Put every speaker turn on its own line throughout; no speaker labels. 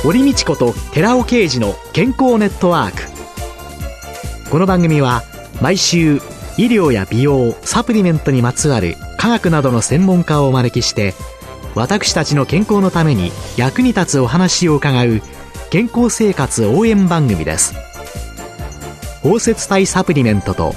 堀道子と寺尾啓二の健康ネットワーク。この番組は毎週医療や美容、サプリメントにまつわる科学などの専門家をお招きして、私たちの健康のために役に立つお話を伺う健康生活応援番組です。包摂体サプリメントと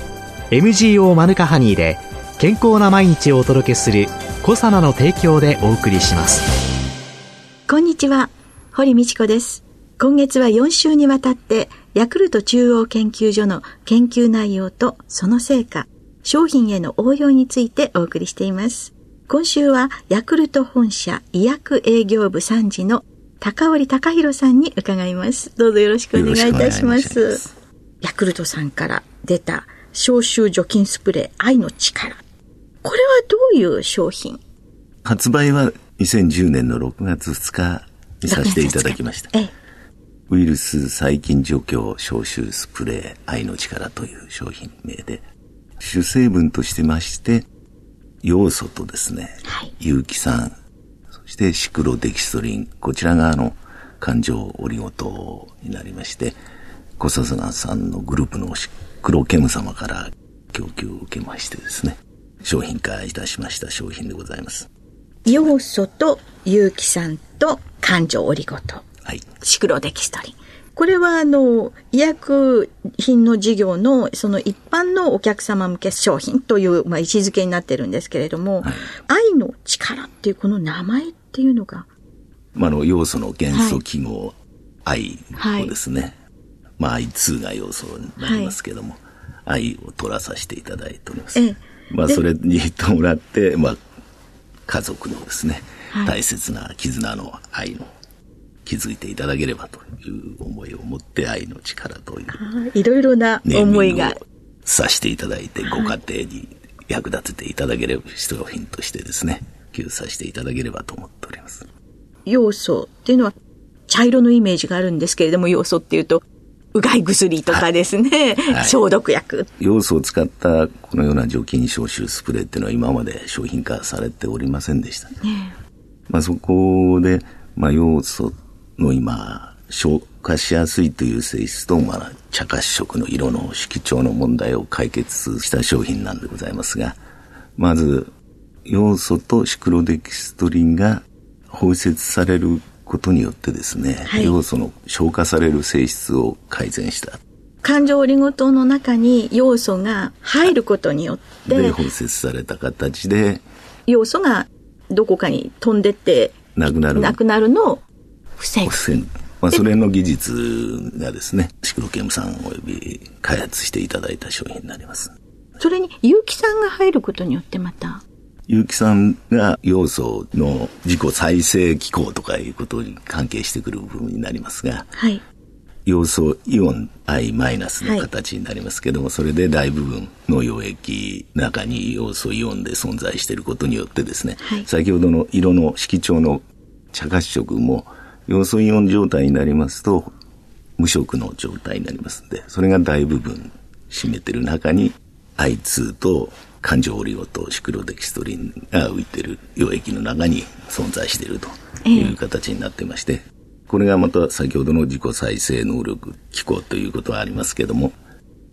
MGO マヌカハニーで健康な毎日をお届けするコサナの提供でお送りします。
こんにちは、堀道子です。今月は4週にわたってヤクルト中央研究所の研究内容とその成果、商品への応用についてお送りしています。今週はヤクルト本社医薬営業部参事の高織貴弘さんに伺います。どうぞよろしくお願いいたします。ヤクルトさんから出た消臭除菌スプレー愛の力、これはどういう商品？
発売は2010年の6月2日にさせていただきました。ウイルス細菌除去消臭スプレー愛の力という商品名で、主成分としてましてヨウ素とですね、有機酸、そしてシクロデキストリン、こちらが環状オリゴ糖になりまして、小笹菜さんのグループのシクロケム様から供給を受けましてですね、商品化いたしました商品でございます。
ヨウ素と有機酸と環状オリゴ糖、シクロデキストリン、これは医薬品の事業のその一般のお客様向け商品という、位置づけになってるんですけれども、愛の力っていうこの名前っていうのが、
要素の元素記号、愛をですね、I2 が要素になりますけども、愛を取らさせていただいております。それに伴って、家族のですね、大切な絆の愛の築いていただければという思いを持って愛の力という
いろいろな思いが
させていただいて、ご家庭に役立てていただければ商品としてですね、普及させていただければと思っております。
ヨウ素っていうのは茶色のイメージがあるんですけれども、ヨウ素っていうとうがい薬とかですね、消毒薬、
ヨウ素を使ったこのような除菌消臭スプレーっていうのは今まで商品化されておりませんでしたね。そこで、ヨウ素の今消化しやすいという性質と、茶褐色の色の色調の問題を解決した商品なんでございますが、まずヨウ素とシクロデキストリンが包摂されることによってですね、ヨウ素の消化される性質を改善した。
環状オリゴ糖の中にヨウ素が入ることによって、
で包摂された形で
ヨウ素がどこかに飛んでってなくなるのを防ぐ。
それの技術がですね、シクロケムさんおよび開発していただいた商品になります。
それに有機酸が入ることによってまた
有機酸がヨウ素の自己再生機構とかいうことに関係してくる部分になりますが、ヨウ素イオン I- の形になりますけども、それで大部分の溶液の中にヨウ素イオンで存在していることによってですね、先ほどの色の色調の茶褐色もヨウ素イオン状態になりますと無色の状態になりますので、それが大部分占めている中に I2 と環状オリゴ糖、シクロデキストリンが浮いている溶液の中に存在しているという形になっていまして、これがまた先ほどの自己再生能力機構ということはありますけども、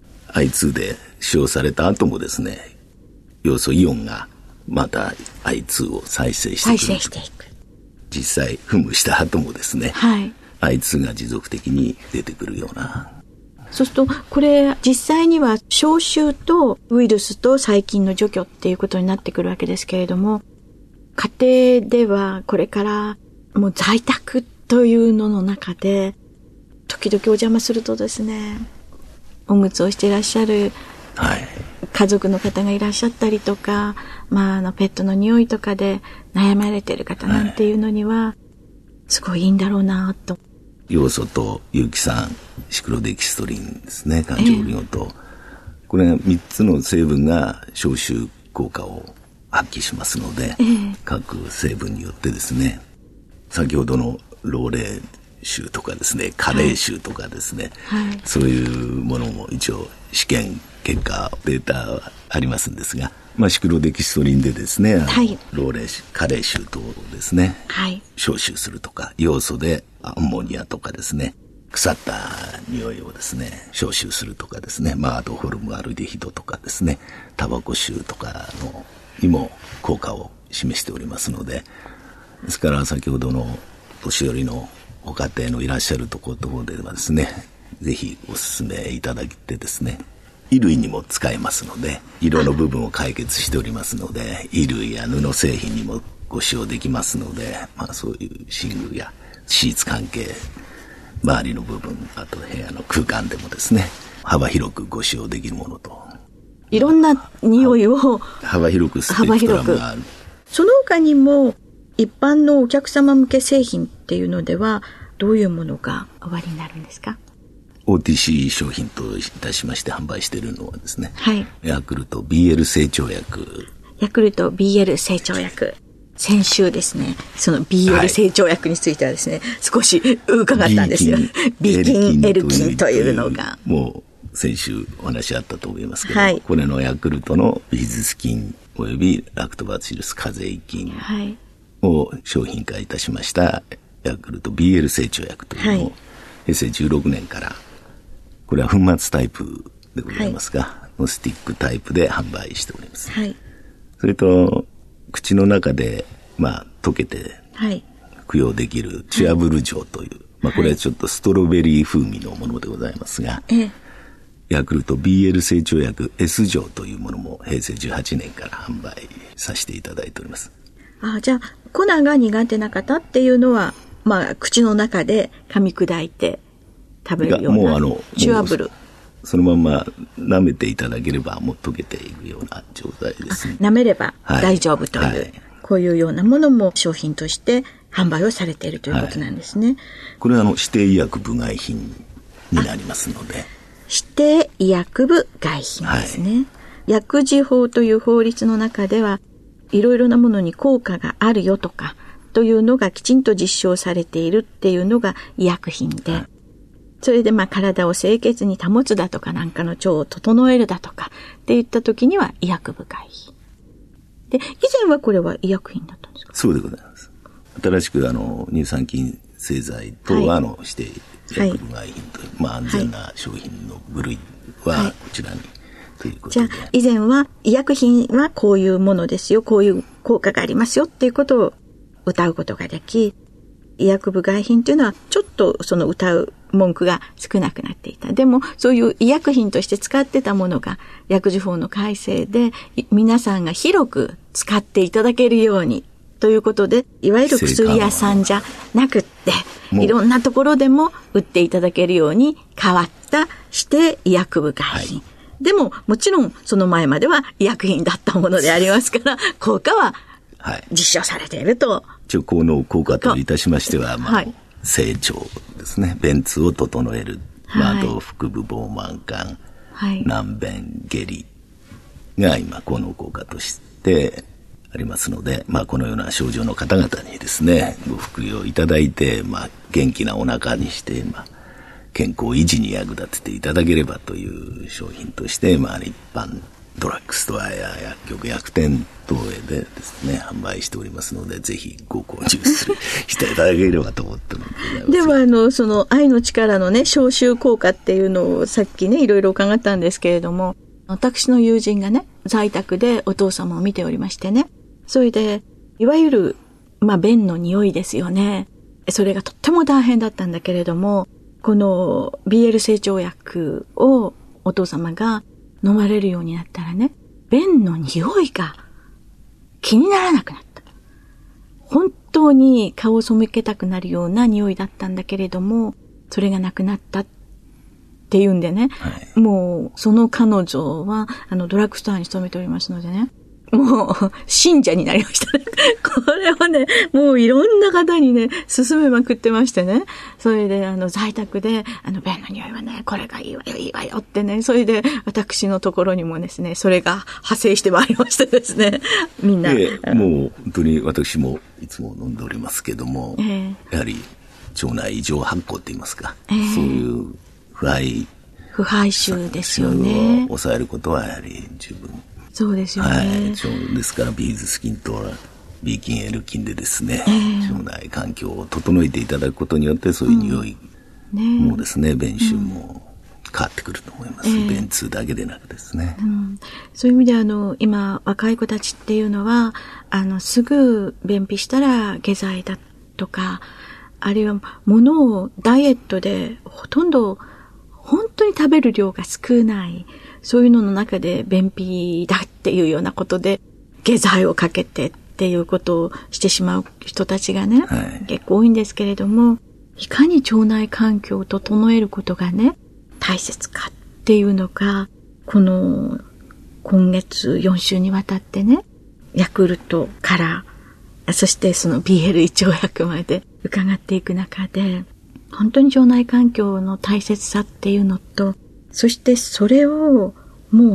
I2 で使用された後もですね、ヨウ素イオンがまた I2 を再生していく。実際噴霧した後もですね、I2 が持続的に出てくるような。
そうするとこれ実際には消臭とウイルスと細菌の除去っていうことになってくるわけですけれども、家庭ではこれからもう在宅というのの中で時々お邪魔するとですね、おむつをしていらっしゃる家族の方がいらっしゃったりとか、ペットの匂いとかで悩まれている方なんていうのにはすごいいいんだろうなと。
ヨウ素と有機酸、シクロデキストリンですね、環状オリゴ糖、これ3つの成分が消臭効果を発揮しますので、各成分によってですね、先ほどの老齢臭とかですね、加齢臭とかですね、そういうものも一応試験結果データはありますんですが、 シクロデキストリンでですね、
はい、
老齢臭、加齢臭等をですね、
はい、
消臭するとか、要素でアンモニアとかですね、腐った匂いをですね、消臭するとかですね、あとホルムアルデヒドとかですね、タバコ臭とかのにも効果を示しておりますので、ですから先ほどの年寄りのご家庭のいらっしゃるところではですね、ぜひお勧めいただいてですね、衣類にも使えますので、色の部分を解決しておりますので、衣類や布製品にもご使用できますので、そういう寝具やシーツ関係、周りの部分、あと部屋の空間でもですね、幅広くご使用できるものと。
いろんな匂いを
幅広くスペクトラムがある。
その他にも一般のお客様向け製品っていうのではどういうものがおありになるんですか？
OTC 商品といたしまして販売しているのはですね、
はい、
ヤクルト BL 成長薬。
ヤクルト BL 成長薬。先週ですね、その BL 成長薬についてはですね、少し伺ったんですよ。B 菌、L 菌というのが。
もう先週お話あったと思いますけど、はい、これのヤクルトのビフィズス菌およびラクトバチルスカゼイ菌を商品化いたしましたヤクルト BL 成長薬というのを平成16年から、これは粉末タイプでございますが、スティックタイプで販売しております。はい、それと口の中で溶けて服用できるチュアブル錠という、これはちょっとストロベリー風味のものでございますが、ヤクルト BL 成長薬 S 錠というものも平成18年から販売させていただいております。
じゃあ粉が苦手な方っていうのは、口の中で噛み砕いて食べるようなチュアブル、
そのまま舐めていただければもう溶けていくような状態ですね。
舐めれば大丈夫という、こういうようなものも商品として販売をされているということなんですね。
これは指定医薬部外品になりますので。
指定医薬部外品ですね。薬事法という法律の中ではいろいろなものに効果があるよとかというのがきちんと実証されているっていうのが医薬品で、それで体を清潔に保つだとかなんかの腸を整えるだとかっていった時には医薬部外品で、以前はこれは医薬品だったんですか？
そうでございます。新しく乳酸菌製剤と指定医薬部外品という、安全な商品の部類はこちらに、ということで。
じゃあ以前は医薬品はこういうものですよ、こういう効果がありますよっていうことを謳うことができ、医薬部外品というのはちょっとその謳う文句が少なくなっていた。でもそういう医薬品として使ってたものが薬事法の改正で皆さんが広く使っていただけるようにということで、いわゆる薬屋さんじゃなくっていろんなところでも売っていただけるように変わった指定医薬部外品、でももちろんその前までは医薬品だったものでありますから効果は実証されていると。
効能効果といたしましては、成長ですね、便通を整える、あと腹部膨満感、軟便下痢が今効能効果としてありますので、このような症状の方々にですねご服用いただいて、元気なお腹にして、健康維持に役立てていただければという商品として、一般ドラッグストアや薬局薬店等でですね販売しておりますので、ぜひご購入していただければと思っております。
ではその愛の力の消臭効果っていうのをさっきいろいろ伺ったんですけれども、私の友人が在宅でお父様を見ておりましてそれでいわゆる便の匂いですよね。それがとっても大変だったんだけれども、この BL 成長薬をお父様が飲まれるようになったら便の匂いが気にならなくなった。本当に顔を背けたくなるような匂いだったんだけれども、それがなくなったっていうんでもうその彼女はドラッグストアに勤めておりますのでもう信者になりましたこれはもういろんな方に勧めまくってましてそれで在宅で便の匂いはこれがいいわよいいわよってそれで私のところにもそれが派生してまいりましてみんな、
もう本当に私もいつも飲んでおりますけども、やはり腸内異常発酵って言いますか、そういう腐敗
臭ですよね。
抑えることはやはり十分
そうですよね。
はい。ですからビーズス菌とB 菌 L 菌でですね、腸内環境を整えていただくことによってそういう匂いもですね、便臭も変わってくると思います。便通だけでなくですね。
そういう意味で今若い子たちっていうのはすぐ便秘したら下剤だとか、あるいは物をダイエットでほとんど本当に食べる量が少ない、そういうのの中で便秘だっていうようなことで下剤をかけてっていうことをしてしまう人たちがね、結構多いんですけれども、いかに腸内環境を整えることがね大切かっていうのが、この今月4週にわたってね、ヤクルトからそしてその BL 胃腸薬まで伺っていく中で、本当に腸内環境の大切さっていうのと、そしてそれをもう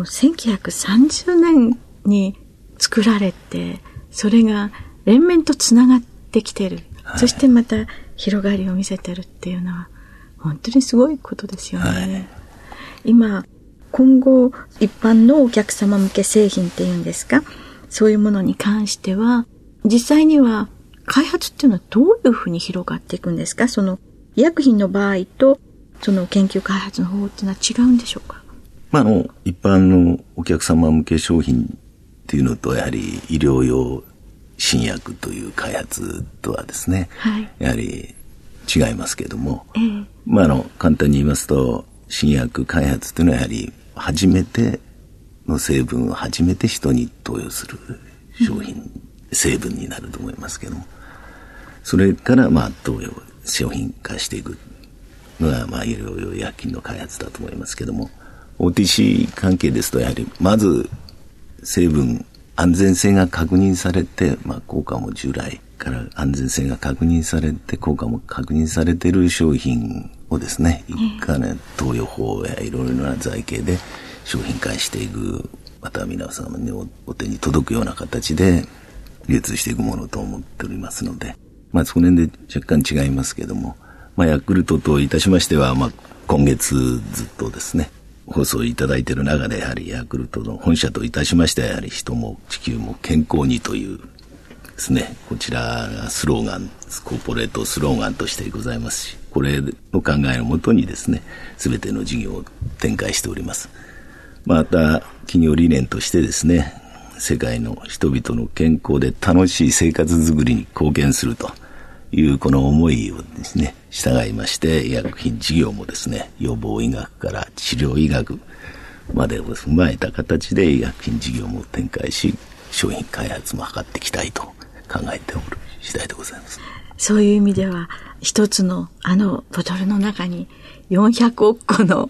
1930年に作られて、それが連綿とつながってきてる、そしてまた広がりを見せてるっていうのは本当にすごいことですよね。今後一般のお客様向け製品っていうんですか、そういうものに関しては実際には開発っていうのはどういうふうに広がっていくんですか？その医薬品の場合とその研究開発の方っていうのは違うんでしょうか？
一般のお客様向け商品っていうのと、やはり医療用新薬という開発とはですね、やはり違いますけれども、簡単に言いますと、新薬開発というのはやはり初めての成分を初めて人に投与する商品、成分になると思いますけども、それから投与商品化していくのが医療用医薬品の開発だと思いますけども、 OTC 関係ですとやはりまず成分安全性が確認されて、効果も従来から安全性が確認されて効果も確認されている商品をですね、一回ね投与法やいろいろな財形で商品化していく、また皆様に お手に届くような形で流通していくものと思っておりますので、その辺で若干違いますけども、ヤクルトといたしましては、今月ずっとですね放送いただいている中で、やはりヤクルトの本社といたしましては、やはり人も地球も健康にというですね、こちらがスローガン、コーポレートスローガンとしてございますし、これの考えをもとにですね、全ての事業を展開しております。また企業理念としてですね、世界の人々の健康で楽しい生活づくりに貢献するというこの思いをですね従いまして、医薬品事業もですね、予防医学から治療医学までを踏まえた形で医薬品事業も展開し、商品開発も図っていきたいと考えておる次第でございます。
そういう意味では一つのボトルの中に400億個の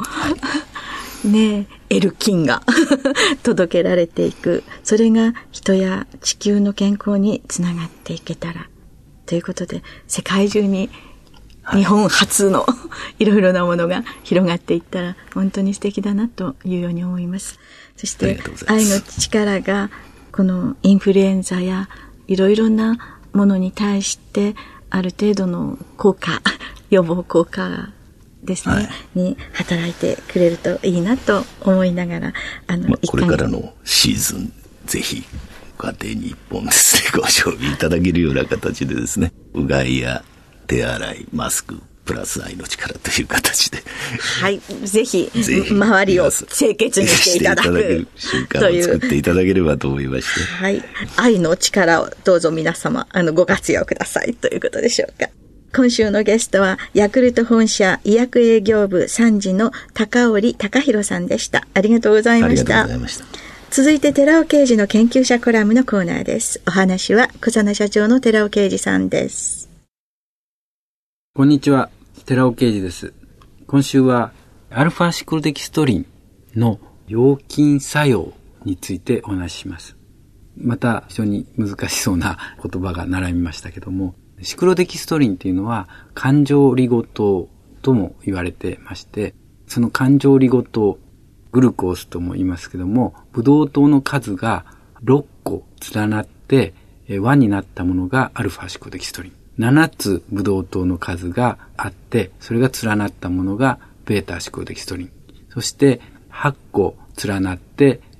L 菌が届けられていく、それが人や地球の健康につながっていけたらということで、世界中に日本初のいろいろなものが広がっていったら本当に素敵だなというように思います。そして愛の力がこのインフルエンザやいろいろなものに対してある程度の効果、予防効果ですね、に働いてくれるといいなと思いながら、
これからのシーズンぜひご家庭に一本ですねご賞味いただけるような形でですね、うがいや手洗い、マスクプラス愛の力という形で、
ぜひ周りを清潔にしていただく
習慣を作っていただければと思いまして、
愛の力をどうぞ皆様ご活用くださいということでしょうか。今週のゲストはヤクルト本社医薬営業部参事の高織隆弘さんでした。ありがとうございました。
ありがとうございました。
続いて寺尾啓二の研究者コラムのコーナーです。お話は小佐奈社長の寺尾啓二さんです。
こんにちは、寺尾啓二です。今週はアルファシクロデキストリンの陽菌作用についてお話しします。また非常に難しそうな言葉が並びましたけども、シクロデキストリンというのは環状リゴ糖とも言われてまして、その環状リゴ糖、グルコースとも言いますけども、ブドウ糖の数が6個連なって輪になったものがアルファシクロデキストリン。7つブドウ糖の数があって、それが連なったものがベータシクロデキストリン。そして8個連なって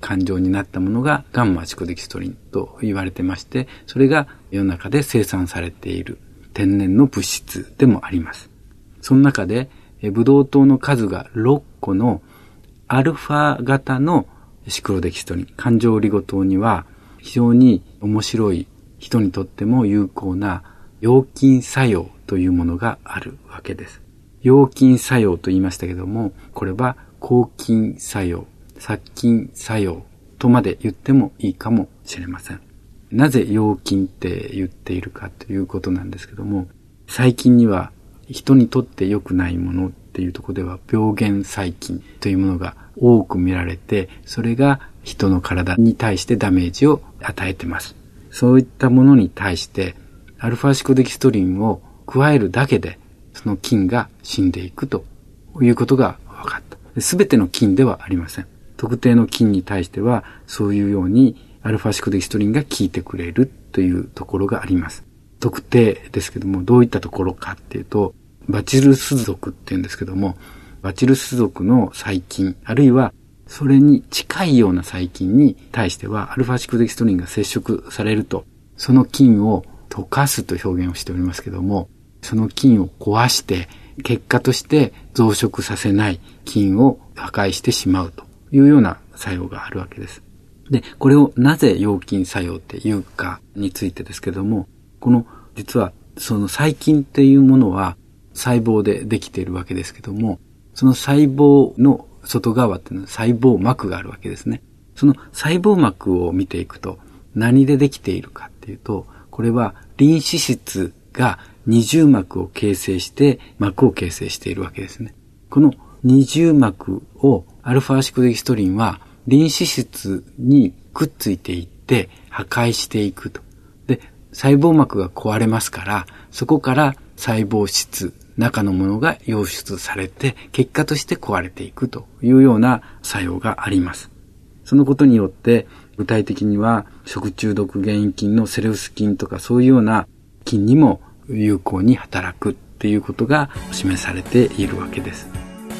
環状になったものがガンマシクロデキストリンと言われてまして、それが世の中で生産されている天然の物質でもあります。その中でブドウ糖の数が6個のアルファ型のシクロデキストリン、環状オリゴ糖には非常に面白い、人にとっても有効な陽菌作用というものがあるわけです。陽菌作用と言いましたけども、これは抗菌作用、殺菌作用とまで言ってもいいかもしれません。なぜ陽菌って言っているかということなんですけども、細菌には人にとって良くないものっていうところでは病原細菌というものが多く見られて、それが人の体に対してダメージを与えています。そういったものに対してアルファシクロデキストリンを加えるだけでその菌が死んでいくということが分かった。すべての菌ではありません。特定の菌に対してはそういうようにアルファシクロデキストリンが効いてくれるというところがあります。特定ですけども、どういったところかっていうと、バチルス属って言うんですけども、バチルス属の細菌、あるいはそれに近いような細菌に対してはアルファシクロデキストリンが接触されると、その菌を溶かすと表現をしておりますけども、その菌を壊して結果として増殖させない菌を破壊してしまうというような作用があるわけです。で、これをなぜ陽菌作用っていうかについてですけども、この実はその細菌っていうものは細胞でできているわけですけども、その細胞の外側っていうのは細胞膜があるわけですね。その細胞膜を見ていくと何でできているかっていうと、これはリン脂質が二重膜を形成して膜を形成しているわけですね。この二重膜をアルファシクロデキストリンはリン脂質にくっついていって破壊していくと。で、細胞膜が壊れますから、そこから細胞質、中のものが溶出されて、結果として壊れていくというような作用があります。そのことによって、具体的には食中毒原因菌のセレウス菌とかそういうような菌にも有効に働くっていうことが示されているわけです。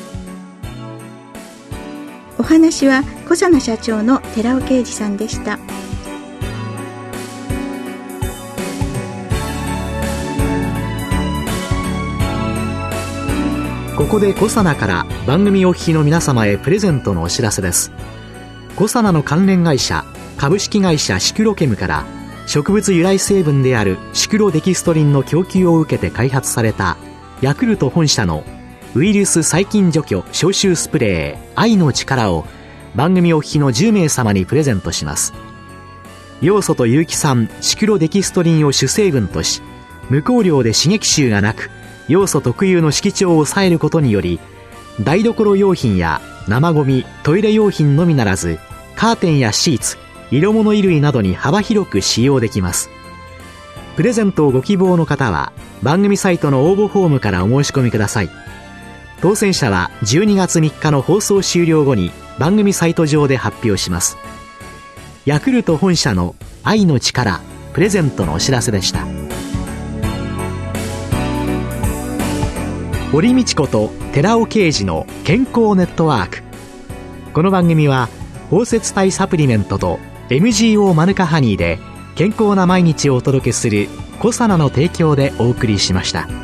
お話は小佐奈社長の寺尾啓二さんでした。
ここでコサナから番組お聞きの皆様へプレゼントのお知らせです。コサナの関連会社株式会社シクロケムから植物由来成分であるシクロデキストリンの供給を受けて開発されたヤクルト本社のウイルス細菌除去消臭スプレー愛の力を番組お聞きの10名様にプレゼントします。ヨウ素と有機酸シクロデキストリンを主成分とし、無香料で刺激臭がなくヨウ素特有の色調を抑えることにより、台所用品や生ゴミトイレ用品のみならずカーテンやシーツ色物衣類などに幅広く使用できます。プレゼントをご希望の方は番組サイトの応募フォームからお申し込みください。当選者は12月3日の放送終了後に番組サイト上で発表します。ヤクルト本社の愛の力プレゼントのお知らせでした。堀道子と寺尾啓二の健康ネットワーク。この番組は包摂体サプリメントと MGO マヌカハニーで健康な毎日をお届けするコサナの提供でお送りしました。